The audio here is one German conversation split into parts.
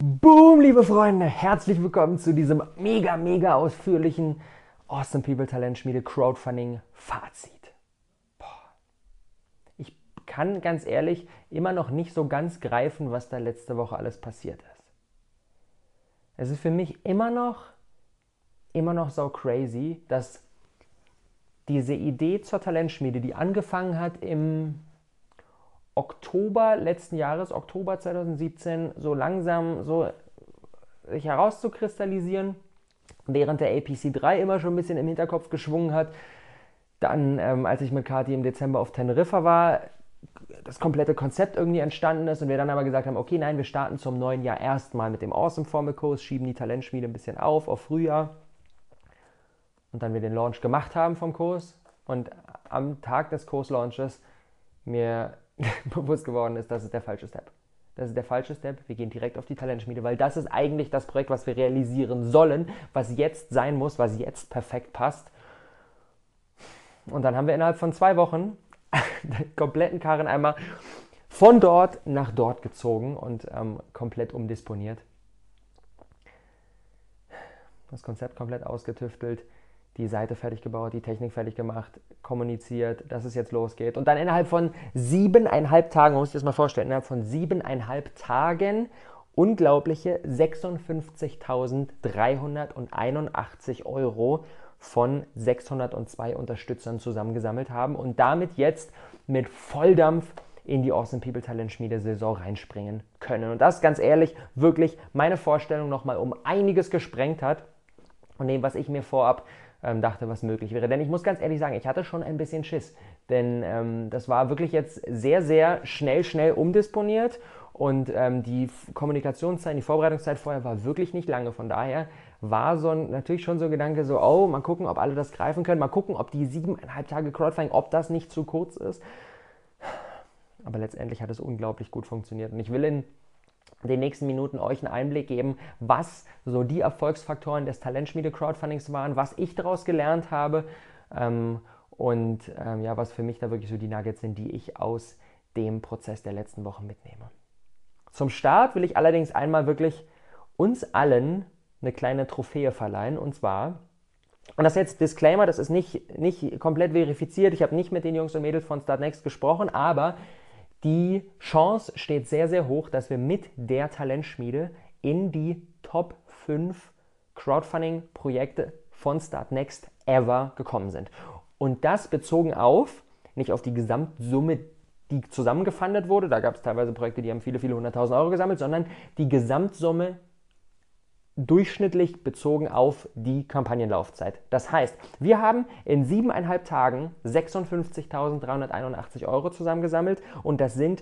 Boom, liebe Freunde, herzlich willkommen zu diesem mega ausführlichen Awesome People Talentschmiede Crowdfunding Fazit. Ich kann ganz ehrlich immer noch nicht so ganz greifen, was da letzte Woche alles passiert ist. Es ist für mich immer noch so crazy, dass diese Idee zur Talentschmiede, die angefangen hat im Oktober letzten Jahres, Oktober 2017, so langsam so sich herauszukristallisieren, während der APC3 immer schon ein bisschen im Hinterkopf geschwungen hat. Dann, als ich mit Kati im Dezember auf Teneriffa war, das komplette Konzept irgendwie entstanden ist und wir dann aber gesagt haben, okay, nein, wir starten zum neuen Jahr erstmal mit dem Awesome Formel Kurs, schieben die Talentschmiede ein bisschen auf Frühjahr und dann wir den Launch gemacht haben vom Kurs und am Tag des Kurslaunches mir bewusst geworden ist, das ist der falsche Step. Das ist der falsche Step. Wir gehen direkt auf die Talentschmiede, weil das ist eigentlich das Projekt, was wir realisieren sollen, was jetzt sein muss, was jetzt perfekt passt. Und dann haben wir innerhalb von 2 Wochen den kompletten Karren einmal von dort nach dort gezogen und komplett umdisponiert. Das Konzept komplett ausgetüftelt, die Seite fertig gebaut, die Technik fertig gemacht, kommuniziert, dass es jetzt losgeht. Und dann innerhalb von 7,5 Tagen, man muss sich das mal vorstellen, innerhalb von 7,5 Tagen unglaubliche 56.381 Euro von 602 Unterstützern zusammengesammelt haben und damit jetzt mit Volldampf in die Awesome People Talentschmiede Saison reinspringen können. Und das ganz ehrlich wirklich meine Vorstellung nochmal um einiges gesprengt hat von dem, was ich mir vorab dachte, was möglich wäre. Denn ich muss ganz ehrlich sagen, ich hatte schon ein bisschen Schiss. Denn das war wirklich jetzt sehr schnell umdisponiert und die Kommunikationszeit, die Vorbereitungszeit vorher war wirklich nicht lange. Von daher war so natürlich schon so ein Gedanke so, oh, mal gucken, ob alle das greifen können, mal gucken, ob die 7,5 Tage Crowdfunding, ob das nicht zu kurz ist. Aber letztendlich hat es unglaublich gut funktioniert und ich will in den nächsten Minuten euch einen Einblick geben, was so die Erfolgsfaktoren des Talentschmiede-Crowdfundings waren, was ich daraus gelernt habe und was für mich da wirklich so die Nuggets sind, die ich aus dem Prozess der letzten Wochen mitnehme. Zum Start will ich allerdings einmal wirklich uns allen eine kleine Trophäe verleihen und zwar, und das ist jetzt Disclaimer, das ist nicht komplett verifiziert, ich habe nicht mit den Jungs und Mädels von Startnext gesprochen, aber die Chance steht sehr hoch, dass wir mit der Talentschmiede in die Top 5 Crowdfunding-Projekte von Startnext ever gekommen sind. Und das bezogen nicht auf die Gesamtsumme, die zusammengefundet wurde, da gab es teilweise Projekte, die haben viele 100.000 Euro gesammelt, sondern die Gesamtsumme durchschnittlich bezogen auf die Kampagnenlaufzeit. Das heißt, wir haben in 7,5 Tagen 56.381 Euro zusammengesammelt und das sind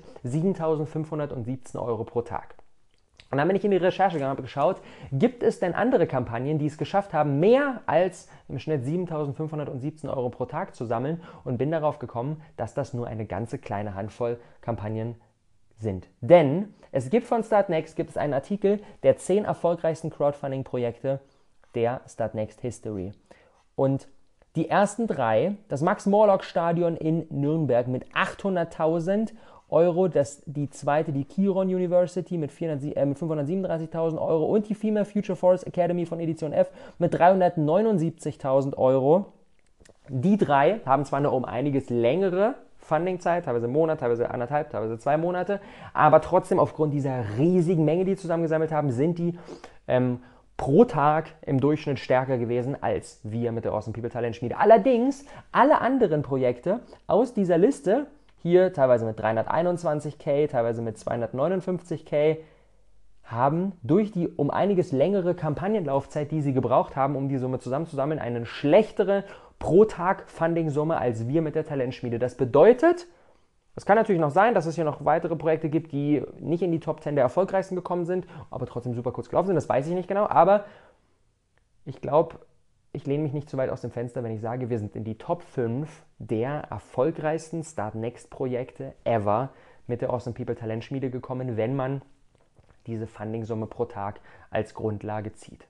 7.517 Euro pro Tag. Und dann bin ich in die Recherche gegangen und habe geschaut, gibt es denn andere Kampagnen, die es geschafft haben, mehr als im Schnitt 7.517 Euro pro Tag zu sammeln und bin darauf gekommen, dass das nur eine ganze kleine Handvoll Kampagnen sind. Denn es gibt von Startnext einen Artikel der 10 erfolgreichsten Crowdfunding-Projekte der Startnext History. Und die ersten 3, das Max-Morlock-Stadion in Nürnberg mit 800.000 Euro, die zweite, die Chiron University mit 537.000 Euro und die Female Future Force Academy von Edition F mit 379.000 Euro. Die 3 haben zwar eine um einiges längere Fundingzeit, teilweise einen Monat, teilweise 1,5, teilweise 2 Monate, aber trotzdem aufgrund dieser riesigen Menge, die zusammengesammelt haben, sind die pro Tag im Durchschnitt stärker gewesen als wir mit der Awesome People Talentschmiede. Allerdings, alle anderen Projekte aus dieser Liste, hier teilweise mit 321.000, teilweise mit 259.000, haben durch die um einiges längere Kampagnenlaufzeit, die sie gebraucht haben, um die Summe zusammenzusammeln, eine schlechtere pro Tag Funding-Summe als wir mit der Talentschmiede. Das bedeutet, es kann natürlich noch sein, dass es hier noch weitere Projekte gibt, die nicht in die Top 10 der erfolgreichsten gekommen sind, aber trotzdem super kurz gelaufen sind, das weiß ich nicht genau, aber ich glaube, ich lehne mich nicht zu weit aus dem Fenster, wenn ich sage, wir sind in die Top 5 der erfolgreichsten Startnext-Projekte ever mit der Awesome People Talentschmiede gekommen, wenn man diese Funding-Summe pro Tag als Grundlage zieht.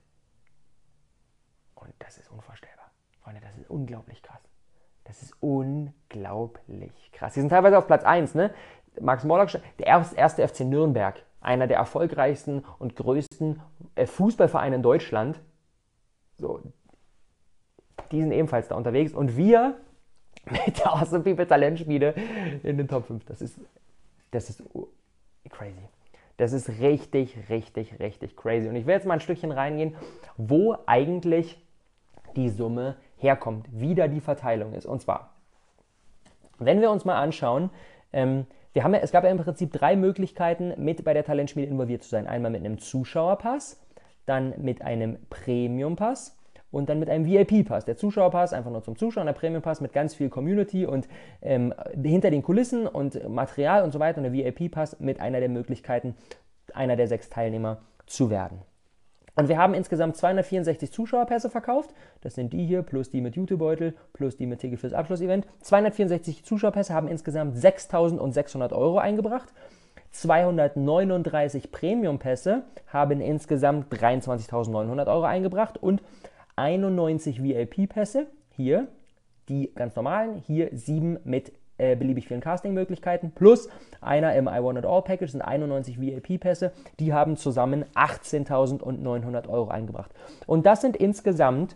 Und das ist unvorstellbar. Freunde, das ist unglaublich krass. Das ist unglaublich krass. Die sind teilweise auf Platz 1, ne? Max Morlock, der erste FC Nürnberg einer der erfolgreichsten und größten Fußballvereine in Deutschland. So, die sind ebenfalls da unterwegs und wir mit der Awesome People Talentschmiede in den Top 5. Das ist crazy. Das ist richtig, richtig, richtig crazy. Und ich will jetzt mal ein Stückchen reingehen, wo eigentlich die Summe herkommt, wie da die Verteilung ist. Und zwar, wenn wir uns mal anschauen, es gab ja im Prinzip 3 Möglichkeiten, mit bei der Talentschmiede involviert zu sein. Einmal mit einem Zuschauerpass, dann mit einem Premium-Pass und dann mit einem VIP-Pass. Der Zuschauerpass einfach nur zum Zuschauen, der Premium-Pass mit ganz viel Community und hinter den Kulissen und Material und so weiter und der VIP-Pass mit einer der Möglichkeiten, einer der 6 Teilnehmer zu werden. Und wir haben insgesamt 264 Zuschauerpässe verkauft. Das sind die hier, plus die mit Jutebeutel, plus die mit Ticket fürs Abschlussevent. 264 Zuschauerpässe haben insgesamt 6.600 € eingebracht. 239 Premium-Pässe haben insgesamt 23.900 € eingebracht und 91 VIP-Pässe, hier die ganz normalen, hier 7 mit beliebig vielen Casting-Möglichkeiten, plus einer im I Want It All Package, sind 91 VIP-Pässe, die haben zusammen 18.900 € eingebracht. Und das sind insgesamt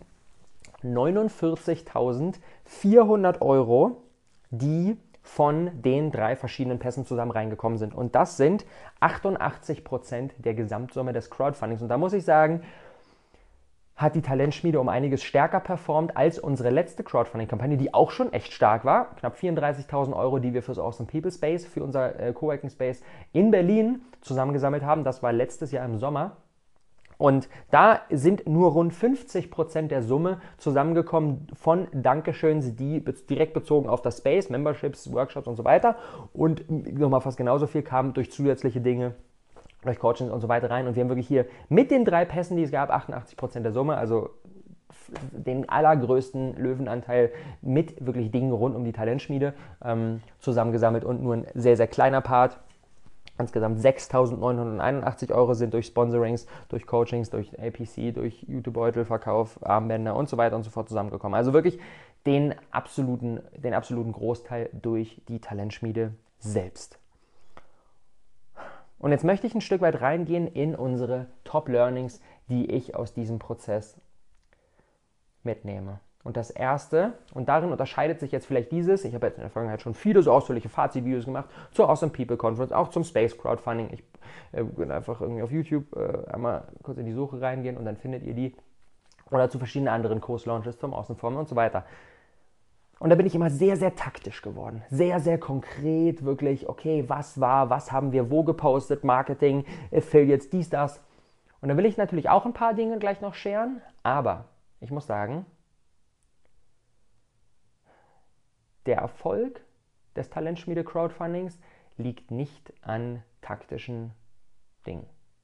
49.400 €, die von den 3 verschiedenen Pässen zusammen reingekommen sind. Und das sind 88% der Gesamtsumme des Crowdfundings. Und da muss ich sagen, hat die Talentschmiede um einiges stärker performt als unsere letzte Crowdfunding-Kampagne, die auch schon echt stark war. Knapp 34.000 €, die wir fürs Awesome People Space, für unser Coworking Space in Berlin zusammengesammelt haben. Das war letztes Jahr im Sommer. Und da sind nur rund 50% der Summe zusammengekommen von Dankeschöns, die direkt bezogen auf das Space, Memberships, Workshops und so weiter. Und nochmal fast genauso viel kam durch zusätzliche Dinge, durch Coachings und so weiter rein. Und wir haben wirklich hier mit den 3 Pässen, die es gab, 88% der Summe, also den allergrößten Löwenanteil mit wirklich Dingen rund um die Talentschmiede zusammengesammelt und nur ein sehr, sehr kleiner Part. Insgesamt 6.981 € sind durch Sponsorings, durch Coachings, durch APC, durch Jutebeutelverkauf, Armbänder und so weiter und so fort zusammengekommen. Also wirklich den absoluten Großteil durch die Talentschmiede selbst. Und jetzt möchte ich ein Stück weit reingehen in unsere Top-Learnings, die ich aus diesem Prozess mitnehme. Und das Erste, und darin unterscheidet sich jetzt vielleicht dieses, ich habe jetzt in der Vergangenheit schon viele so ausführliche Fazitvideos gemacht, zur Awesome People Conference, auch zum Space Crowdfunding. Ich würde einfach irgendwie auf YouTube einmal kurz in die Suche reingehen und dann findet ihr die. Oder zu verschiedenen anderen Kurslaunches, zum Außenformen und so weiter. Und da bin ich immer sehr, sehr taktisch geworden. Sehr, sehr konkret, wirklich, okay, was haben wir wo gepostet, Marketing, Affiliates, dies, das. Und da will ich natürlich auch ein paar Dinge gleich noch scheren, aber ich muss sagen, der Erfolg des Talentschmiede-Crowdfundings liegt nicht an taktischen Dingen.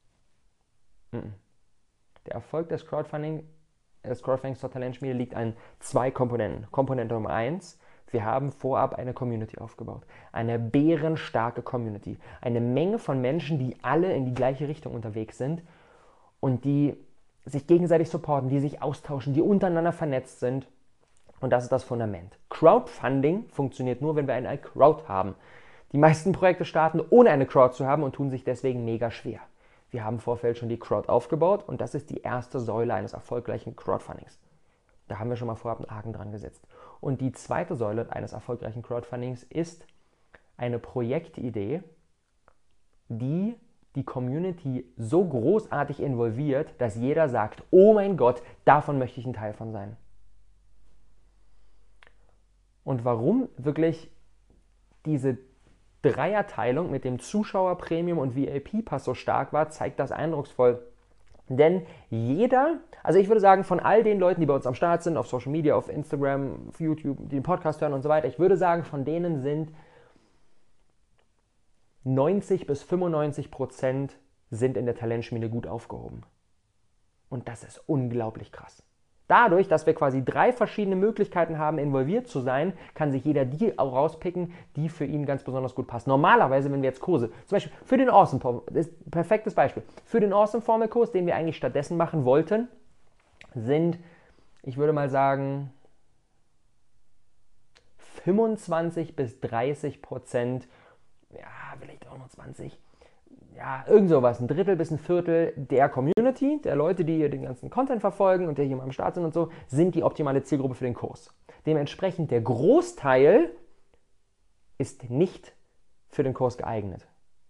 Der Erfolg des Crowdfundings zur Talentschmiede liegt an 2 Komponenten. Komponente Nummer 1, wir haben vorab eine Community aufgebaut. Eine bärenstarke Community. Eine Menge von Menschen, die alle in die gleiche Richtung unterwegs sind und die sich gegenseitig supporten, die sich austauschen, die untereinander vernetzt sind. Und das ist das Fundament. Crowdfunding funktioniert nur, wenn wir eine Crowd haben. Die meisten Projekte starten, ohne eine Crowd zu haben und tun sich deswegen mega schwer. Wir haben im Vorfeld schon die Crowd aufgebaut und das ist die erste Säule eines erfolgreichen Crowdfundings. Da haben wir schon mal vorab einen Haken dran gesetzt. Und die zweite Säule eines erfolgreichen Crowdfundings ist eine Projektidee, die die Community so großartig involviert, dass jeder sagt, oh mein Gott, davon möchte ich ein Teil von sein. Und warum wirklich diese Dreierteilung mit dem Zuschauer, Premium und VIP-Pass so stark war, zeigt das eindrucksvoll. Denn jeder, also ich würde sagen, von all den Leuten, die bei uns am Start sind, auf Social Media, auf Instagram, auf YouTube, die den Podcast hören und so weiter, ich würde sagen, von denen sind 90-95% sind in der Talentschmiede gut aufgehoben. Und das ist unglaublich krass. Dadurch, dass wir quasi 3 verschiedene Möglichkeiten haben, involviert zu sein, kann sich jeder die auch rauspicken, die für ihn ganz besonders gut passt. Normalerweise, wenn wir jetzt Kurse, zum Beispiel für den Awesome Formel, das ist ein perfektes Beispiel, für den Awesome Formel Kurs, den wir eigentlich stattdessen machen wollten, sind, ich würde mal sagen, 25-30%, ja, vielleicht auch nur 20, ja, irgend sowas, ein Drittel bis ein Viertel der Community, der Leute, die hier den ganzen Content verfolgen und der hier mal am Start sind und so, sind die optimale Zielgruppe für den Kurs. Dementsprechend der Großteil ist nicht für den Kurs geeignet.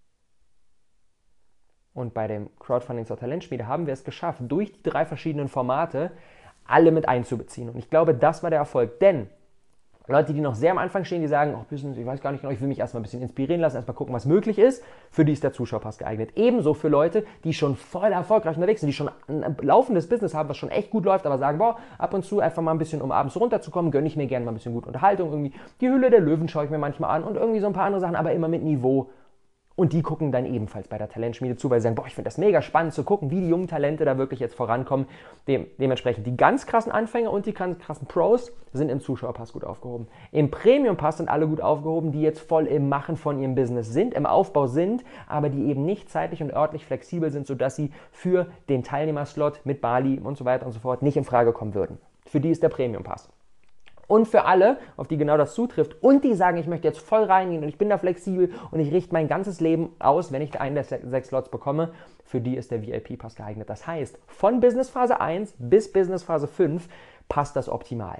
Und bei dem Crowdfunding zur Talentschmiede haben wir es geschafft, durch die 3 verschiedenen Formate alle mit einzubeziehen. Und ich glaube, das war der Erfolg, denn Leute, die noch sehr am Anfang stehen, die sagen, oh, Business, ich weiß gar nicht genau, ich will mich erstmal ein bisschen inspirieren lassen, erstmal gucken, was möglich ist, für die ist der Zuschauerpass geeignet. Ebenso für Leute, die schon voll erfolgreich unterwegs sind, die schon ein laufendes Business haben, was schon echt gut läuft, aber sagen, boah, ab und zu einfach mal ein bisschen, um abends runterzukommen, gönne ich mir gerne mal ein bisschen gute Unterhaltung, irgendwie die Hülle der Löwen schaue ich mir manchmal an und irgendwie so ein paar andere Sachen, aber immer mit Niveau. Und die gucken dann ebenfalls bei der Talentschmiede zu, weil sie sagen, boah, ich finde das mega spannend zu gucken, wie die jungen Talente da wirklich jetzt vorankommen. Dementsprechend die ganz krassen Anfänger und die ganz krassen Pros sind im Zuschauerpass gut aufgehoben. Im Premium-Pass sind alle gut aufgehoben, die jetzt voll im Machen von ihrem Business sind, im Aufbau sind, aber die eben nicht zeitlich und örtlich flexibel sind, sodass sie für den Teilnehmerslot mit Bali und so weiter und so fort nicht in Frage kommen würden. Für die ist der Premium-Pass. Und für alle, auf die genau das zutrifft und die sagen, ich möchte jetzt voll reingehen und ich bin da flexibel und ich richte mein ganzes Leben aus, wenn ich einen der 6 Slots bekomme, für die ist der VIP-Pass geeignet. Das heißt, von Business Phase 1 bis Business Phase 5 passt das optimal.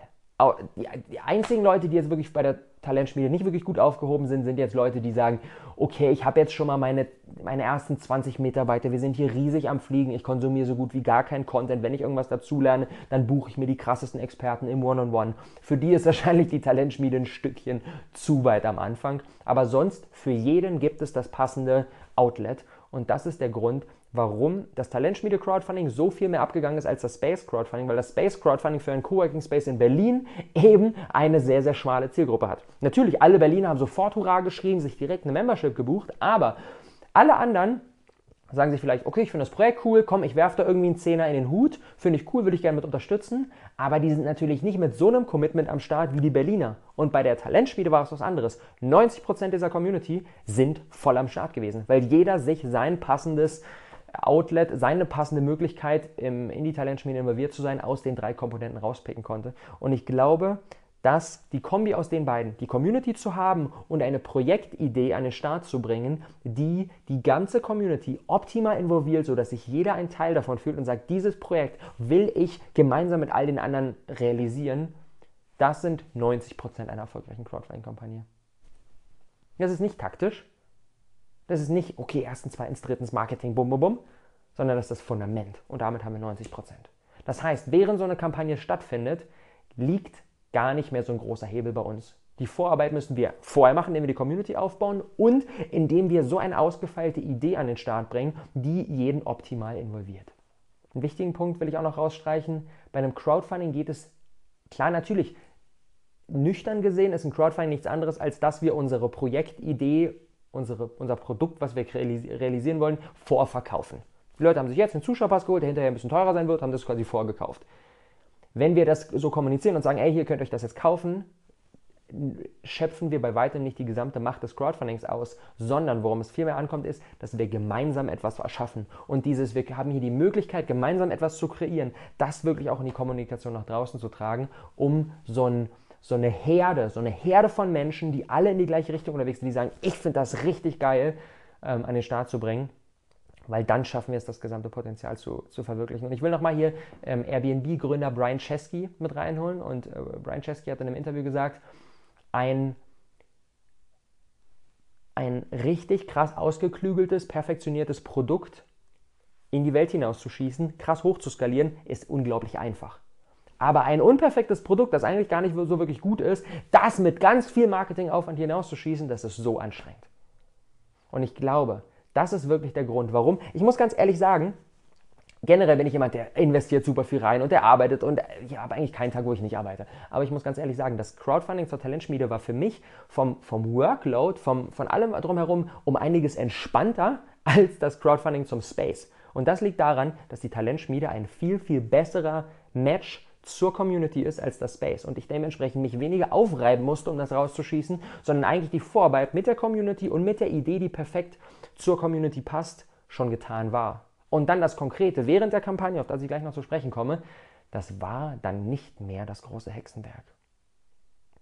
Die einzigen Leute, die jetzt wirklich bei der Talentschmiede nicht wirklich gut aufgehoben sind, sind jetzt Leute, die sagen, okay, ich habe jetzt schon mal meine ersten 20 Mitarbeiter, wir sind hier riesig am Fliegen, ich konsumiere so gut wie gar keinen Content, wenn ich irgendwas dazulerne, dann buche ich mir die krassesten Experten im One-on-One. Für die ist wahrscheinlich die Talentschmiede ein Stückchen zu weit am Anfang, aber sonst für jeden gibt es das passende Outlet und das ist der Grund, warum das Talentschmiede-Crowdfunding so viel mehr abgegangen ist als das Space-Crowdfunding, weil das Space-Crowdfunding für einen Coworking-Space in Berlin eben eine sehr, sehr schmale Zielgruppe hat. Natürlich, alle Berliner haben sofort Hurra geschrien, sich direkt eine Membership gebucht, aber alle anderen sagen sich vielleicht, okay, ich finde das Projekt cool, komm, ich werfe da irgendwie einen Zehner in den Hut, finde ich cool, würde ich gerne mit unterstützen, aber die sind natürlich nicht mit so einem Commitment am Start wie die Berliner. Und bei der Talentschmiede war es was anderes. 90% dieser Community sind voll am Start gewesen, weil jeder sich sein passendes Outlet, seine passende Möglichkeit, in die Talentschmiede involviert zu sein, aus den 3 Komponenten rauspicken konnte. Und ich glaube, dass die Kombi aus den beiden, die Community zu haben und eine Projektidee an den Start zu bringen, die die ganze Community optimal involviert, sodass sich jeder ein Teil davon fühlt und sagt, dieses Projekt will ich gemeinsam mit all den anderen realisieren, das sind 90% einer erfolgreichen Crowdfunding-Kampagne. Das ist nicht taktisch, das ist nicht, okay, erstens, zweitens, drittens Marketing, bum, bum, bum, sondern das ist das Fundament und damit haben wir 90%. Das heißt, während so eine Kampagne stattfindet, liegt gar nicht mehr so ein großer Hebel bei uns. Die Vorarbeit müssen wir vorher machen, indem wir die Community aufbauen und indem wir so eine ausgefeilte Idee an den Start bringen, die jeden optimal involviert. Einen wichtigen Punkt will ich auch noch rausstreichen. Bei einem Crowdfunding geht es, klar natürlich, nüchtern gesehen ist ein Crowdfunding nichts anderes, als dass wir unsere Projektidee, unser Produkt, was wir realisieren wollen, vorverkaufen. Die Leute haben sich jetzt einen Zuschauerpass geholt, der hinterher ein bisschen teurer sein wird, haben das quasi vorgekauft. Wenn wir das so kommunizieren und sagen, ey, hier könnt ihr euch das jetzt kaufen, schöpfen wir bei weitem nicht die gesamte Macht des Crowdfundings aus, sondern worum es vielmehr ankommt, ist, dass wir gemeinsam etwas erschaffen. Und wir haben hier die Möglichkeit, gemeinsam etwas zu kreieren, das wirklich auch in die Kommunikation nach draußen zu tragen, um so eine Herde von Menschen, die alle in die gleiche Richtung unterwegs sind, die sagen, ich finde das richtig geil, an den Start zu bringen. Weil dann schaffen wir es, das gesamte Potenzial zu verwirklichen. Und ich will nochmal hier Airbnb-Gründer Brian Chesky mit reinholen. Und Brian Chesky hat in einem Interview gesagt, ein richtig krass ausgeklügeltes, perfektioniertes Produkt in die Welt hinauszuschießen, krass hochzuskalieren, ist unglaublich einfach. Aber ein unperfektes Produkt, das eigentlich gar nicht so wirklich gut ist, das mit ganz viel Marketingaufwand hinauszuschießen, das ist so anstrengend. Und ich glaube, das ist wirklich der Grund, warum. Ich muss ganz ehrlich sagen, generell bin ich jemand, der investiert super viel rein und der arbeitet und ich habe eigentlich keinen Tag, wo ich nicht arbeite. Aber ich muss ganz ehrlich sagen, das Crowdfunding zur Talentschmiede war für mich vom Workload, von allem drumherum um einiges entspannter als das Crowdfunding zum Space. Und das liegt daran, dass die Talentschmiede ein viel, viel besserer Match zur Community ist als das Space und ich dementsprechend mich weniger aufreiben musste, um das rauszuschießen, sondern eigentlich die Vorarbeit mit der Community und mit der Idee, die perfekt zur Community passt, schon getan war. Und dann das Konkrete während der Kampagne, auf das ich gleich noch zu sprechen komme, das war dann nicht mehr das große Hexenwerk.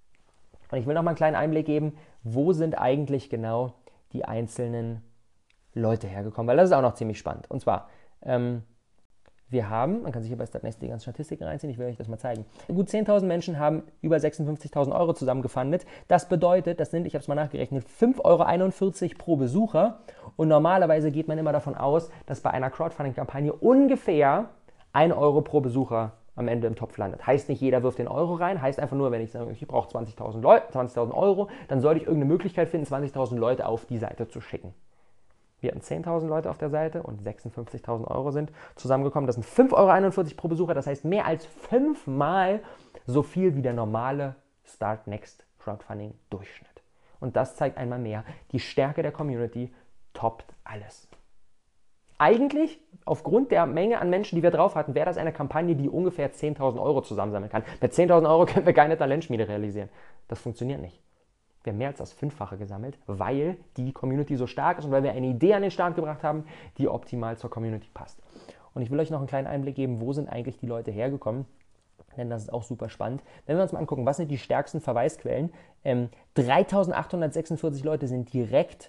Und ich will noch mal einen kleinen Einblick geben, wo sind eigentlich genau die einzelnen Leute hergekommen, weil das ist auch noch ziemlich spannend. Und zwar, wir haben, man kann sich hier bei Startnext die ganzen Statistiken reinziehen, ich will euch das mal zeigen. Gut 10.000 Menschen haben über 56.000 Euro zusammengefundet. Das bedeutet, das sind, ich habe es mal nachgerechnet, 5,41 Euro pro Besucher. Und normalerweise geht man immer davon aus, dass bei einer Crowdfunding-Kampagne ungefähr 1 Euro pro Besucher am Ende im Topf landet. Heißt nicht, jeder wirft den Euro rein, heißt einfach nur, wenn ich sage, ich brauche 20.000 Euro, dann sollte ich irgendeine Möglichkeit finden, 20.000 Leute auf die Seite zu schicken. Wir hatten 10.000 Leute auf der Seite und 56.000 Euro sind zusammengekommen. Das sind 5,41 Euro pro Besucher, das heißt mehr als 5-mal so viel wie der normale Startnext Crowdfunding Durchschnitt. Und das zeigt einmal mehr, die Stärke der Community toppt alles. Eigentlich, aufgrund der Menge an Menschen, die wir drauf hatten, wäre das eine Kampagne, die ungefähr 10.000 Euro zusammensammeln kann. Mit 10.000 Euro können wir keine Talentschmiede realisieren. Das funktioniert nicht. Wir haben mehr als das Fünffache gesammelt, weil die Community so stark ist und weil wir eine Idee an den Start gebracht haben, die optimal zur Community passt. Und ich will euch noch einen kleinen Einblick geben, wo sind eigentlich die Leute hergekommen, denn das ist auch super spannend. Wenn wir uns mal angucken, was sind die stärksten Verweisquellen? 3.846 Leute sind direkt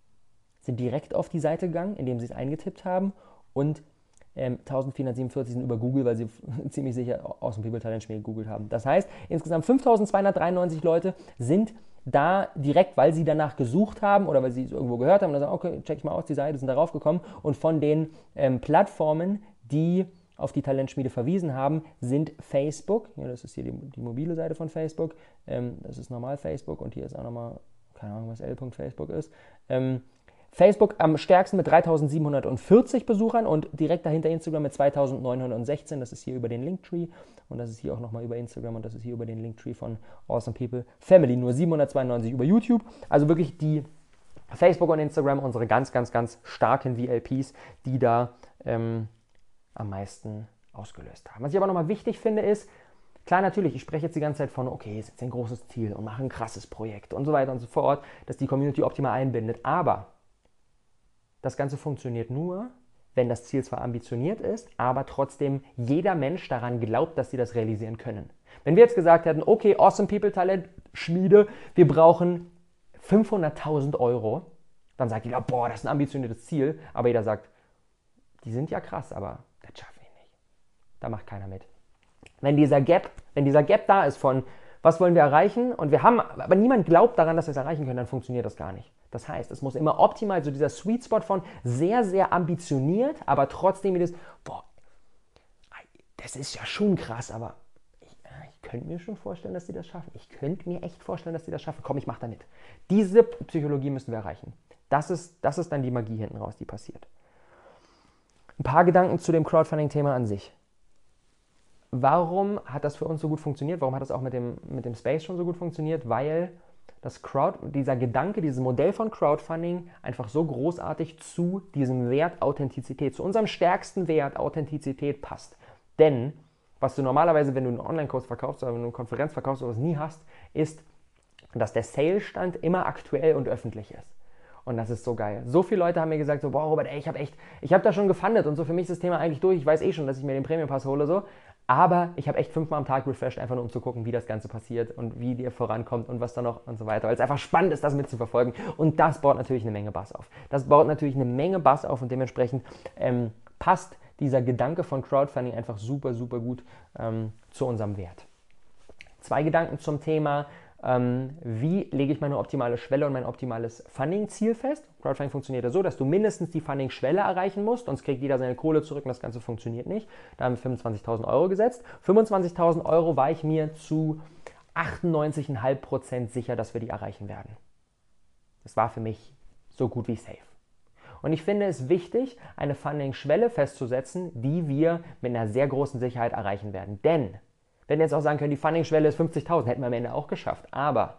auf die Seite gegangen, indem sie es eingetippt haben, und 1.447 sind über Google, weil sie ziemlich sicher Awesome People Talentschmiede gegoogelt haben. Das heißt, insgesamt 5.293 Leute sind da direkt, weil sie danach gesucht haben oder weil sie es irgendwo gehört haben und dann sagen, okay, check ich mal aus, die Seite, sind darauf gekommen. Und von den Plattformen, die auf die Talentschmiede verwiesen haben, sind Facebook, ja, das ist hier die mobile Seite von Facebook, das ist normal Facebook und hier ist auch nochmal, keine Ahnung, was L.Facebook ist, Facebook am stärksten mit 3.740 Besuchern und direkt dahinter Instagram mit 2.916. Das ist hier über den Linktree und das ist hier auch nochmal über Instagram und das ist hier über den Linktree von Awesome People Family. Nur 792 über YouTube. Also wirklich die Facebook und Instagram, unsere ganz, ganz, ganz starken VLPs, die da am meisten ausgelöst haben. Was ich aber nochmal wichtig finde ist, klar, natürlich, ich spreche jetzt die ganze Zeit von, okay, es ist ein großes Ziel und mache ein krasses Projekt und so weiter und so fort, dass die Community optimal einbindet. Aber das Ganze funktioniert nur, wenn das Ziel zwar ambitioniert ist, aber trotzdem jeder Mensch daran glaubt, dass sie das realisieren können. Wenn wir jetzt gesagt hätten, okay, Awesome People Talentschmiede, wir brauchen 500.000 Euro, dann sagt jeder, boah, das ist ein ambitioniertes Ziel, aber jeder sagt, die sind ja krass, aber das schaffen wir nicht. Da macht keiner mit. Wenn dieser Gap da ist von, was wollen wir erreichen und wir haben, aber niemand glaubt daran, dass wir es erreichen können, dann funktioniert das gar nicht. Das heißt, es muss immer optimal, so dieser Sweet Spot von sehr, sehr ambitioniert, aber trotzdem dieses, boah, das ist ja schon krass, aber ich könnte mir schon vorstellen, dass die das schaffen. Ich könnte mir echt vorstellen, dass die das schaffen. Komm, ich mach da mit. Diese Psychologie müssen wir erreichen. Das ist dann die Magie hinten raus, die passiert. Ein paar Gedanken zu dem Crowdfunding-Thema an sich. Warum hat das für uns so gut funktioniert? Warum hat das auch mit dem Space schon so gut funktioniert? Weil dieser Gedanke, dieses Modell von Crowdfunding einfach so großartig zu diesem Wert Authentizität, zu unserem stärksten Wert Authentizität passt. Denn was du normalerweise, wenn du einen Online-Kurs verkaufst oder wenn du eine Konferenz verkaufst oder was nie hast, ist, dass der Sales-Stand immer aktuell und öffentlich ist. Und das ist so geil. So viele Leute haben mir gesagt, so, boah Robert, ey, ich habe da schon gefundet und so, für mich ist das Thema eigentlich durch. Ich weiß eh schon, dass ich mir den Premium-Pass hole, so. Aber ich habe echt 5-mal am Tag refreshed, einfach nur um zu gucken, wie das Ganze passiert und wie ihr vorankommt und was da noch und so weiter. Weil es einfach spannend ist, das mitzuverfolgen. Und das baut natürlich eine Menge Bass auf. Und dementsprechend passt dieser Gedanke von Crowdfunding einfach super, super gut zu unserem Wert. 2 Gedanken zum Thema, wie lege ich meine optimale Schwelle und mein optimales Funding-Ziel fest. Crowdfunding funktioniert ja so, dass du mindestens die Funding-Schwelle erreichen musst, sonst kriegt jeder seine Kohle zurück und das Ganze funktioniert nicht. Da haben wir 25.000 Euro gesetzt. 25.000 Euro war ich mir zu 98,5% sicher, dass wir die erreichen werden. Das war für mich so gut wie safe. Und ich finde es wichtig, eine Funding-Schwelle festzusetzen, die wir mit einer sehr großen Sicherheit erreichen werden. Denn wenn wir jetzt auch sagen können, die Funding-Schwelle ist 50.000, hätten wir am Ende auch geschafft. Aber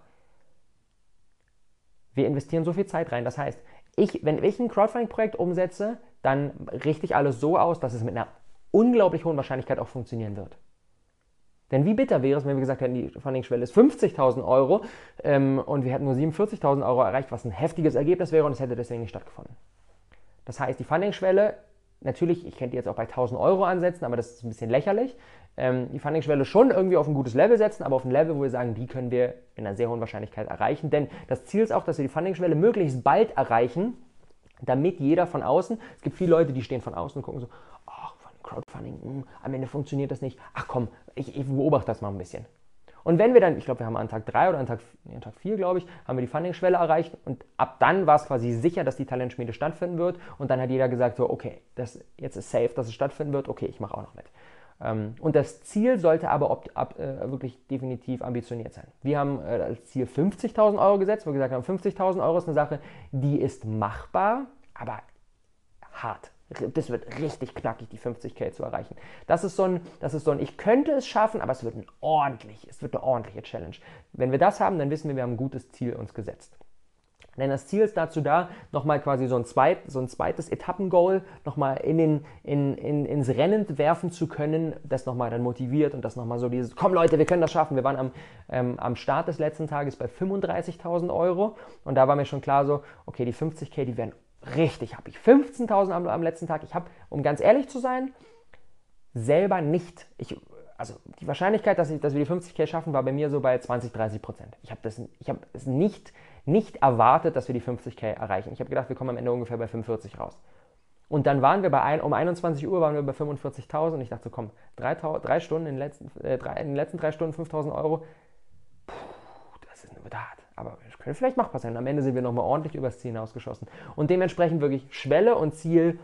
wir investieren so viel Zeit rein. Das heißt, wenn ich ein Crowdfunding-Projekt umsetze, dann richte ich alles so aus, dass es mit einer unglaublich hohen Wahrscheinlichkeit auch funktionieren wird. Denn wie bitter wäre es, wenn wir gesagt hätten, die Funding-Schwelle ist 50.000 Euro und wir hätten nur 47.000 Euro erreicht, was ein heftiges Ergebnis wäre und es hätte deswegen nicht stattgefunden. Das heißt, die Funding-Schwelle, natürlich, ich könnte die jetzt auch bei 1.000 Euro ansetzen, aber das ist ein bisschen lächerlich. Die Funding-Schwelle schon irgendwie auf ein gutes Level setzen, aber auf ein Level, wo wir sagen, die können wir in einer sehr hohen Wahrscheinlichkeit erreichen. Denn das Ziel ist auch, dass wir die Funding-Schwelle möglichst bald erreichen, damit jeder von außen, es gibt viele Leute, die stehen von außen und gucken so, ach, Crowdfunding, am Ende funktioniert das nicht, ach komm, ich beobachte das mal ein bisschen. Und wenn wir dann, ich glaube, wir haben an Tag 3 oder an Tag 4, glaube ich, haben wir die Funding-Schwelle erreicht und ab dann war es quasi sicher, dass die Talentschmiede stattfinden wird und dann hat jeder gesagt so, okay, jetzt ist safe, dass es stattfinden wird, okay, ich mache auch noch mit. Und das Ziel sollte aber wirklich definitiv ambitioniert sein. Wir haben als Ziel 50.000 Euro gesetzt, wo wir gesagt haben, 50.000 Euro ist eine Sache, die ist machbar, aber hart. Das wird richtig knackig, die 50k zu erreichen. Das ist so ein, ich könnte es schaffen, aber es wird eine ordentliche Challenge. Wenn wir das haben, dann wissen wir haben ein gutes Ziel uns gesetzt. Denn das Ziel ist dazu da, nochmal quasi so ein zweites Etappengoal nochmal ins Rennen werfen zu können, das nochmal dann motiviert und das nochmal so dieses, komm Leute, wir können das schaffen. Wir waren am Start des letzten Tages bei 35.000 Euro und da war mir schon klar so, okay, die 50k, die werden richtig happy. 15.000 am letzten Tag. Ich habe, um ganz ehrlich zu sein, selber nicht, also die Wahrscheinlichkeit, dass wir die 50k schaffen, war bei mir so bei 20-30%. Ich habe es nicht erwartet, dass wir die 50k erreichen. Ich habe gedacht, wir kommen am Ende ungefähr bei 45 raus. Und dann waren wir um 21 Uhr waren wir bei 45.000 und ich dachte so, komm, 3 Stunden, in den letzten 3 Stunden 5.000 Euro, das ist eine hart. Aber es könnte vielleicht machbar sein. Am Ende sind wir nochmal ordentlich übers Ziel hinausgeschossen. Und dementsprechend wirklich Schwelle und Ziel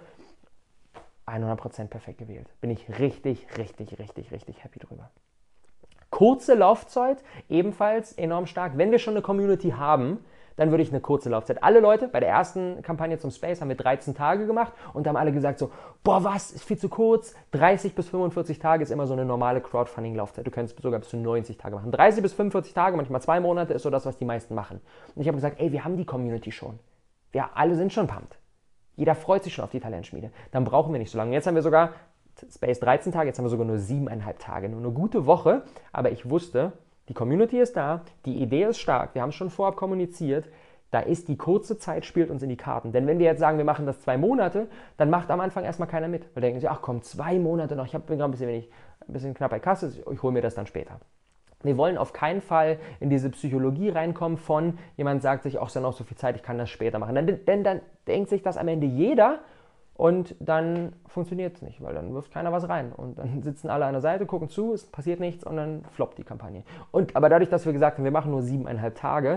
100% perfekt gewählt. Bin ich richtig happy drüber. Kurze Laufzeit, ebenfalls enorm stark. Wenn wir schon eine Community haben, dann würde ich eine kurze Laufzeit. Alle Leute, bei der ersten Kampagne zum Space haben wir 13 Tage gemacht und haben alle gesagt so, boah was, ist viel zu kurz. 30 bis 45 Tage ist immer so eine normale Crowdfunding-Laufzeit. Du kannst sogar bis zu 90 Tage machen. 30 bis 45 Tage, manchmal 2 Monate ist so das, was die meisten machen. Und ich habe gesagt, ey, wir haben die Community schon. Wir alle sind schon pumped. Jeder freut sich schon auf die Talentschmiede. Dann brauchen wir nicht so lange. Jetzt haben wir sogar Space 13 Tage, jetzt haben wir sogar nur 7,5 Tage. Nur eine gute Woche, aber ich wusste, die Community ist da, die Idee ist stark, wir haben es schon vorab kommuniziert, da ist die kurze Zeit, spielt uns in die Karten. Denn wenn wir jetzt sagen, wir machen das 2 Monate, dann macht am Anfang erstmal keiner mit. Weil denken sie, ach komm, 2 Monate noch, bin gerade ein bisschen knapp bei Kasse, ich hole mir das dann später. Wir wollen auf keinen Fall in diese Psychologie reinkommen von, jemand sagt sich, ach, ist ja noch so viel Zeit, ich kann das später machen. Denn dann denkt sich das am Ende jeder und dann funktioniert es nicht, weil dann wirft keiner was rein. Und dann sitzen alle an der Seite, gucken zu, es passiert nichts und dann floppt die Kampagne. Aber dadurch, dass wir gesagt haben, wir machen nur 7,5 Tage,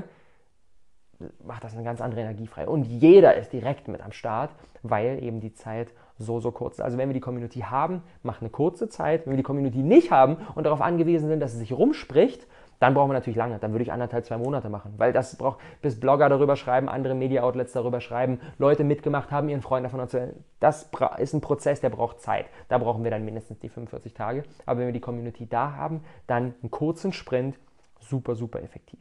macht das eine ganz andere Energie frei. Und jeder ist direkt mit am Start, weil eben die Zeit so kurz ist. Also wenn wir die Community haben, macht eine kurze Zeit. Wenn wir die Community nicht haben und darauf angewiesen sind, dass es sich rumspricht, dann brauchen wir natürlich lange. Dann würde ich 1,5, 2 Monate machen. Weil das braucht, bis Blogger darüber schreiben, andere Media-Outlets darüber schreiben, Leute mitgemacht haben, ihren Freunden davon erzählen. Das ist ein Prozess, der braucht Zeit. Da brauchen wir dann mindestens die 45 Tage. Aber wenn wir die Community da haben, dann einen kurzen Sprint, super effektiv.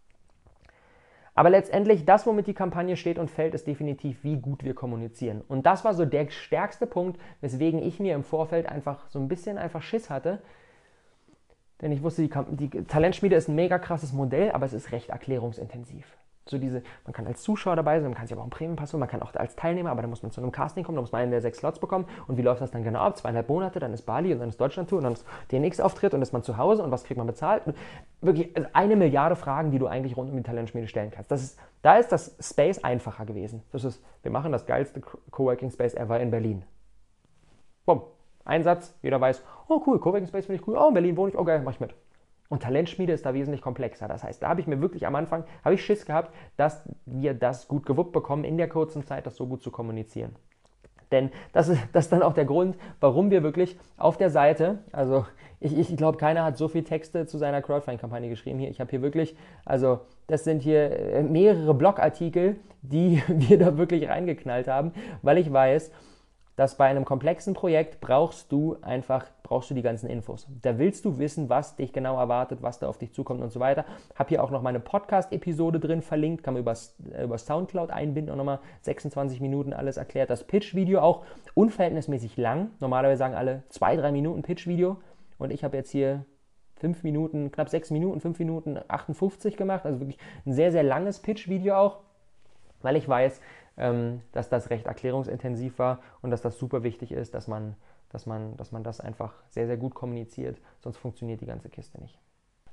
Aber letztendlich, das, womit die Kampagne steht und fällt, ist definitiv, wie gut wir kommunizieren. Und das war so der stärkste Punkt, weswegen ich mir im Vorfeld einfach so ein bisschen Schiss hatte. Denn ich wusste, die Talentschmiede ist ein mega krasses Modell, aber es ist recht erklärungsintensiv. Man kann als Zuschauer dabei sein, man kann sich aber auch einen Premium-Pass holen, man kann auch als Teilnehmer, aber da muss man zu einem Casting kommen, da muss man einen der 6 Slots bekommen. Und wie läuft das dann genau ab? 2,5 Monate, dann ist Bali und dann ist Deutschland-Tour und dann ist DNX-Auftritt und ist man zu Hause und was kriegt man bezahlt? Und wirklich 1 Milliarde Fragen, die du eigentlich rund um die Talentschmiede stellen kannst. Da ist das Space einfacher gewesen. Wir machen das geilste Coworking Space ever in Berlin. Bumm. Ein Satz, jeder weiß, oh cool, Coworking Space finde ich cool, oh in Berlin wohne ich, okay, mach ich mit. Und Talentschmiede ist da wesentlich komplexer. Das heißt, da habe ich mir wirklich am Anfang, Schiss gehabt, dass wir das gut gewuppt bekommen, in der kurzen Zeit das so gut zu kommunizieren. Denn das ist dann auch der Grund, warum wir wirklich auf der Seite, also ich glaube, keiner hat so viel Texte zu seiner Crowdfunding-Kampagne geschrieben. Ich habe hier wirklich, also das sind hier mehrere Blogartikel, die wir da wirklich reingeknallt haben, weil ich weiß, dass bei einem komplexen Projekt brauchst du die ganzen Infos. Da willst du wissen, was dich genau erwartet, was da auf dich zukommt und so weiter. Habe hier auch noch meine Podcast-Episode drin verlinkt, kann man über Soundcloud einbinden und nochmal 26 Minuten alles erklärt. Das Pitch-Video auch unverhältnismäßig lang. Normalerweise sagen alle 2-3 Minuten Pitch-Video und ich habe jetzt hier 5 Minuten, knapp 6 Minuten, 5 Minuten 58 gemacht. Also wirklich ein sehr langes Pitch-Video auch, weil ich weiß, dass das recht erklärungsintensiv war und dass das super wichtig ist, dass man das einfach sehr gut kommuniziert, sonst funktioniert die ganze Kiste nicht.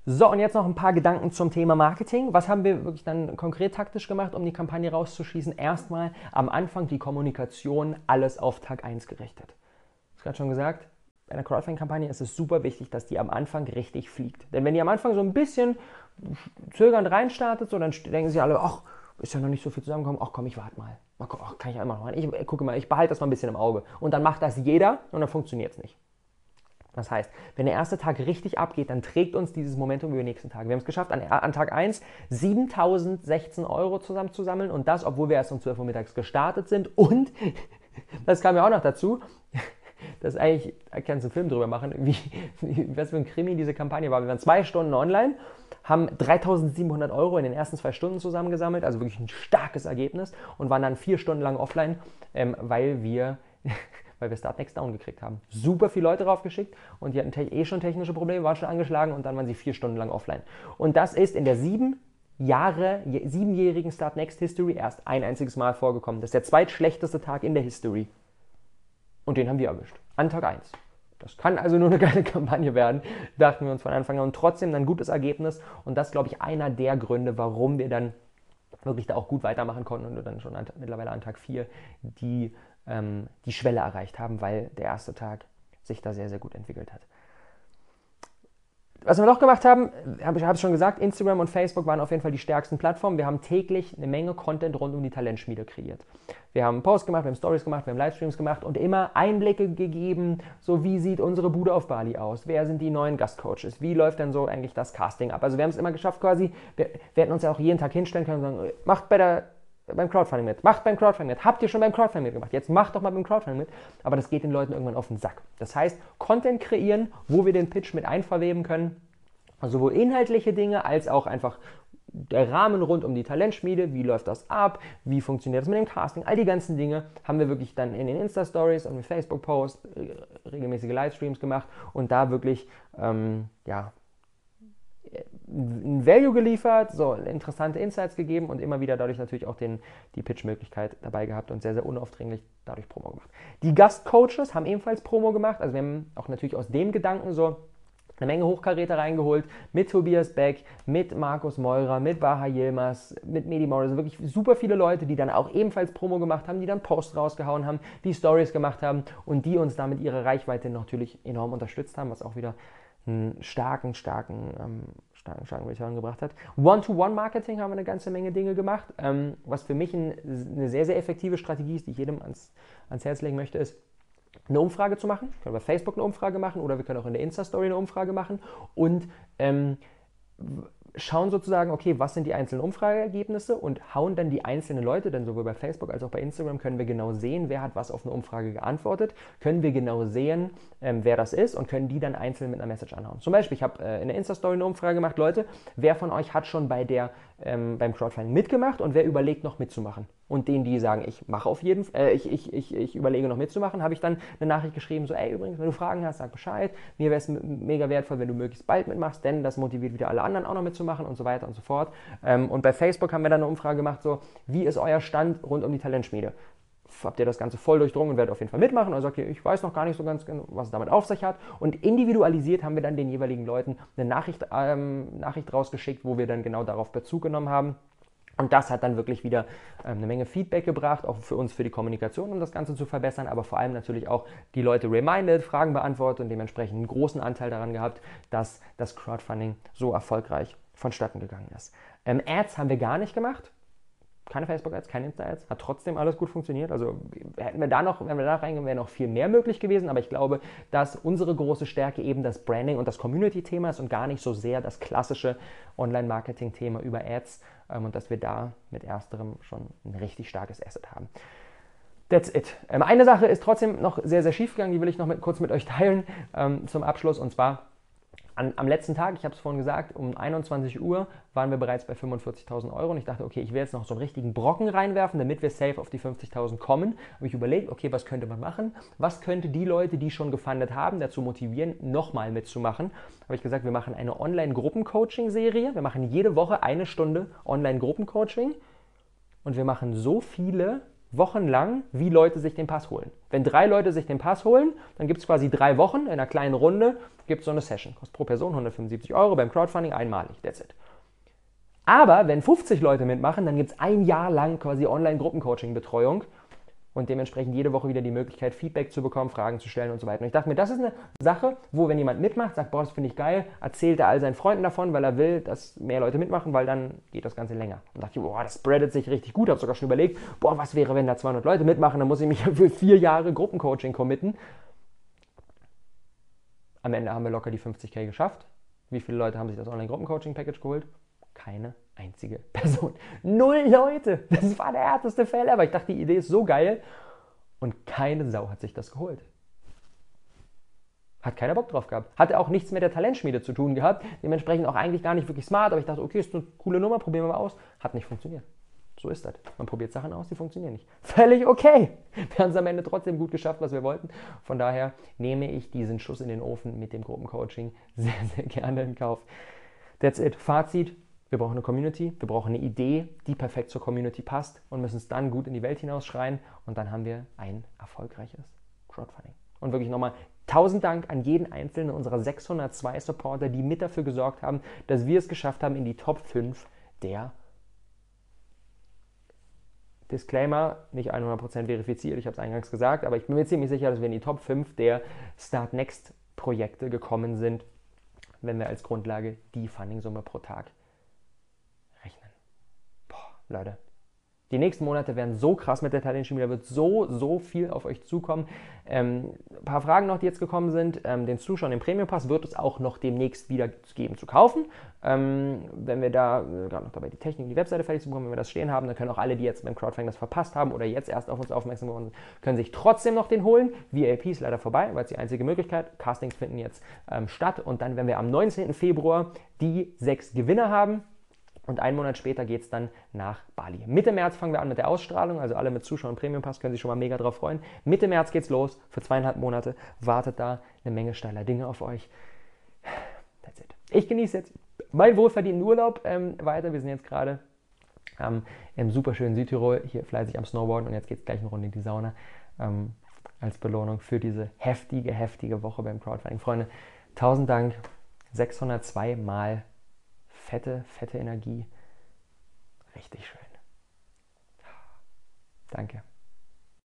So, und jetzt noch ein paar Gedanken zum Thema Marketing. Was haben wir wirklich dann konkret taktisch gemacht, um die Kampagne rauszuschießen? Erstmal am Anfang die Kommunikation, alles auf Tag 1 gerichtet. Ich habe gerade schon gesagt, bei einer Crowdfunding-Kampagne ist es super wichtig, dass die am Anfang richtig fliegt. Denn wenn die am Anfang so ein bisschen zögernd reinstartet, so, dann denken sie alle, ach, ist ja noch nicht so viel zusammengekommen, ach komm, ich warte mal. Ach, kann ich ja immer noch mal. Ich gucke mal, ich behalte das mal ein bisschen im Auge. Und dann macht das jeder und dann funktioniert es nicht. Das heißt, wenn der erste Tag richtig abgeht, dann trägt uns dieses Momentum über die nächsten Tage. Wir haben es geschafft, an Tag 1 7.016 Euro zusammenzusammeln und das, obwohl wir erst um 12 Uhr mittags gestartet sind. Und, das kam ja auch noch dazu, dass eigentlich, da kannst du einen Film drüber machen, was für ein Krimi diese Kampagne war. Wir waren 2 Stunden online, haben 3.700 Euro in den ersten 2 Stunden zusammengesammelt, also wirklich ein starkes Ergebnis und waren dann 4 Stunden lang offline, weil wir Start Next Down gekriegt haben. Super viele Leute draufgeschickt und die hatten schon technische Probleme, waren schon angeschlagen und dann waren sie 4 Stunden lang offline. Und das ist in der 7-jährigen Start Next History erst ein einziges Mal vorgekommen. Das ist der zweitschlechteste Tag in der History. Und den haben wir erwischt. An Tag 1. Das kann also nur eine geile Kampagne werden, dachten wir uns von Anfang an. Und trotzdem ein gutes Ergebnis. Und das, glaube ich, einer der Gründe, warum wir dann wirklich da auch gut weitermachen konnten und dann schon mittlerweile an Tag 4 die Schwelle erreicht haben, weil der erste Tag sich da sehr, sehr gut entwickelt hat. Was wir noch gemacht haben, habe ich schon gesagt, Instagram und Facebook waren auf jeden Fall die stärksten Plattformen. Wir haben täglich eine Menge Content rund um die Talentschmiede kreiert. Wir haben Posts gemacht, wir haben Stories gemacht, wir haben Livestreams gemacht und immer Einblicke gegeben, so wie sieht unsere Bude auf Bali aus, wer sind die neuen Gastcoaches, wie läuft denn so eigentlich das Casting ab. Also wir haben es immer geschafft quasi, wir hätten uns ja auch jeden Tag hinstellen können und sagen, macht beim Crowdfunding mit, macht beim Crowdfunding mit, habt ihr schon beim Crowdfunding mitgemacht, jetzt macht doch mal beim Crowdfunding mit, aber das geht den Leuten irgendwann auf den Sack. Das heißt, Content kreieren, wo wir den Pitch mit einverweben können, also sowohl inhaltliche Dinge als auch einfach der Rahmen rund um die Talentschmiede, wie läuft das ab, wie funktioniert das mit dem Casting, all die ganzen Dinge haben wir wirklich dann in den Insta-Stories und mit Facebook-Posts regelmäßige Livestreams gemacht und da wirklich, ein Value geliefert, so interessante Insights gegeben und immer wieder dadurch natürlich auch die Pitch-Möglichkeit dabei gehabt und sehr, sehr unaufdringlich dadurch Promo gemacht. Die Gastcoaches haben ebenfalls Promo gemacht, also wir haben auch natürlich aus dem Gedanken so eine Menge Hochkaräter reingeholt, mit Tobias Beck, mit Markus Meurer, mit Baha Yilmaz, mit Medi Morrison, wirklich super viele Leute, die dann auch ebenfalls Promo gemacht haben, die dann Posts rausgehauen haben, die Stories gemacht haben und die uns damit ihre Reichweite natürlich enorm unterstützt haben, was auch wieder einen starken Return gebracht hat. One-to-One-Marketing haben wir eine ganze Menge Dinge gemacht. Was für mich eine sehr, sehr effektive Strategie ist, die ich jedem ans Herz legen möchte, ist, eine Umfrage zu machen. Wir können bei Facebook eine Umfrage machen oder wir können auch in der Insta-Story eine Umfrage machen und schauen sozusagen, okay, was sind die einzelnen Umfrageergebnisse und hauen dann die einzelnen Leute, denn sowohl bei Facebook als auch bei Instagram können wir genau sehen, wer hat was auf eine Umfrage geantwortet, können wir genau sehen, wer das ist und können die dann einzeln mit einer Message anhauen. Zum Beispiel, ich habe in der Insta-Story eine Umfrage gemacht, Leute, wer von euch hat schon beim Crowdfunding mitgemacht und wer überlegt noch mitzumachen? Und denen, die sagen, ich überlege noch mitzumachen, habe ich dann eine Nachricht geschrieben, so, ey, übrigens, wenn du Fragen hast, sag Bescheid. Mir wäre es mega wertvoll, wenn du möglichst bald mitmachst, denn das motiviert wieder alle anderen auch noch mitzumachen und so weiter und so fort. Und bei Facebook haben wir dann eine Umfrage gemacht, so, wie ist euer Stand rund um die Talentschmiede? Habt ihr das Ganze voll durchdrungen und werdet auf jeden Fall mitmachen? Oder sagt ihr, ich weiß noch gar nicht so ganz genau, was es damit auf sich hat. Und individualisiert haben wir dann den jeweiligen Leuten eine Nachricht rausgeschickt, wo wir dann genau darauf Bezug genommen haben. Und das hat dann wirklich wieder eine Menge Feedback gebracht, auch für uns, für die Kommunikation, um das Ganze zu verbessern, aber vor allem natürlich auch die Leute reminded, Fragen beantwortet und dementsprechend einen großen Anteil daran gehabt, dass das Crowdfunding so erfolgreich vonstatten gegangen ist. Ads haben wir gar nicht gemacht. Keine Facebook-Ads, keine Insta-Ads, hat trotzdem alles gut funktioniert. Also wenn wir da reingehen, wäre noch viel mehr möglich gewesen, aber ich glaube, dass unsere große Stärke eben das Branding und das Community-Thema ist und gar nicht so sehr das klassische Online-Marketing-Thema über Ads und dass wir da mit ersterem schon ein richtig starkes Asset haben. That's it. Eine Sache ist trotzdem noch sehr, sehr schief gegangen, die will ich noch kurz mit euch teilen zum Abschluss und zwar am letzten Tag, ich habe es vorhin gesagt, um 21 Uhr waren wir bereits bei 45.000 Euro und ich dachte, okay, ich will jetzt noch so einen richtigen Brocken reinwerfen, damit wir safe auf die 50.000 kommen. Habe ich überlegt, okay, was könnte man machen? Was könnte die Leute, die schon gefundet haben, dazu motivieren, nochmal mitzumachen? Habe ich gesagt, wir machen eine Online-Gruppen-Coaching-Serie. Wir machen jede Woche 1 Stunde Online-Gruppen-Coaching und wir machen so viele wochenlang, wie Leute sich den Pass holen. Wenn 3 Leute sich den Pass holen, dann gibt es quasi 3 Wochen in einer kleinen Runde, gibt es so eine Session. Kostet pro Person 175 Euro, beim Crowdfunding einmalig, that's it. Aber wenn 50 Leute mitmachen, dann gibt es ein Jahr lang quasi Online-Gruppencoaching-Betreuung und dementsprechend jede Woche wieder die Möglichkeit, Feedback zu bekommen, Fragen zu stellen und so weiter. Und ich dachte mir, das ist eine Sache, wo, wenn jemand mitmacht, sagt, boah, das finde ich geil, erzählt er all seinen Freunden davon, weil er will, dass mehr Leute mitmachen, weil dann geht das Ganze länger. Und dachte ich, boah, das spreadet sich richtig gut. Habe sogar schon überlegt, boah, was wäre, wenn da 200 Leute mitmachen, dann muss ich mich für 4 Jahre Gruppencoaching committen. Am Ende haben wir locker die 50.000 geschafft. Wie viele Leute haben sich das Online-Gruppencoaching-Package geholt? Keine einzige Person. 0 Leute. Das war der härteste Fall ever. Ich dachte, die Idee ist so geil. Und keine Sau hat sich das geholt. Hat keiner Bock drauf gehabt. Hatte auch nichts mit der Talentschmiede zu tun gehabt. Dementsprechend auch eigentlich gar nicht wirklich smart. Aber ich dachte, okay, ist eine coole Nummer, probieren wir mal aus. Hat nicht funktioniert. So ist das. Man probiert Sachen aus, die funktionieren nicht. Völlig okay. Wir haben es am Ende trotzdem gut geschafft, was wir wollten. Von daher nehme ich diesen Schuss in den Ofen mit dem Gruppencoaching sehr, sehr gerne in Kauf. That's it. Fazit. Wir brauchen eine Community, wir brauchen eine Idee, die perfekt zur Community passt und müssen es dann gut in die Welt hinausschreien und dann haben wir ein erfolgreiches Crowdfunding. Und wirklich nochmal 1000 Dank an jeden einzelnen unserer 602 Supporter, die mit dafür gesorgt haben, dass wir es geschafft haben in die Top 5 der Disclaimer, nicht 100% verifiziert, ich habe es eingangs gesagt, aber ich bin mir ziemlich sicher, dass wir in die Top 5 der Start Next Projekte gekommen sind, wenn wir als Grundlage die Fundingsumme pro Tag rechnen. Boah, Leute. Die nächsten Monate werden so krass mit der Talentschmiede, da wird so viel auf euch zukommen. Ein paar Fragen noch, die jetzt gekommen sind. Den Zuschauern im Premium Pass wird es auch noch demnächst wieder geben zu kaufen. Wenn wir da gerade noch dabei die Technik, die Webseite fertig zu bekommen, wenn wir das stehen haben, dann können auch alle, die jetzt beim Crowdfunding das verpasst haben oder jetzt erst auf uns aufmerksam geworden sind, können sich trotzdem noch den holen. VIP ist leider vorbei, weil es die einzige Möglichkeit. Castings finden jetzt statt und dann, wenn wir am 19. Februar die 6 Gewinner haben, und einen Monat später geht es dann nach Bali. Mitte März fangen wir an mit der Ausstrahlung, also alle mit Zuschauern und Premium Pass können sich schon mal mega drauf freuen. Mitte März geht's los, für 2,5 Monate wartet da eine Menge steiler Dinge auf euch. That's it. Ich genieße jetzt meinen wohlverdienten Urlaub weiter. Wir sind jetzt gerade im superschönen Südtirol, hier fleißig am Snowboarden und jetzt geht es gleich eine Runde in die Sauna als Belohnung für diese heftige Woche beim Crowdfunding. Freunde, 1000 Dank, 602 Mal fette Energie. Richtig schön. Danke.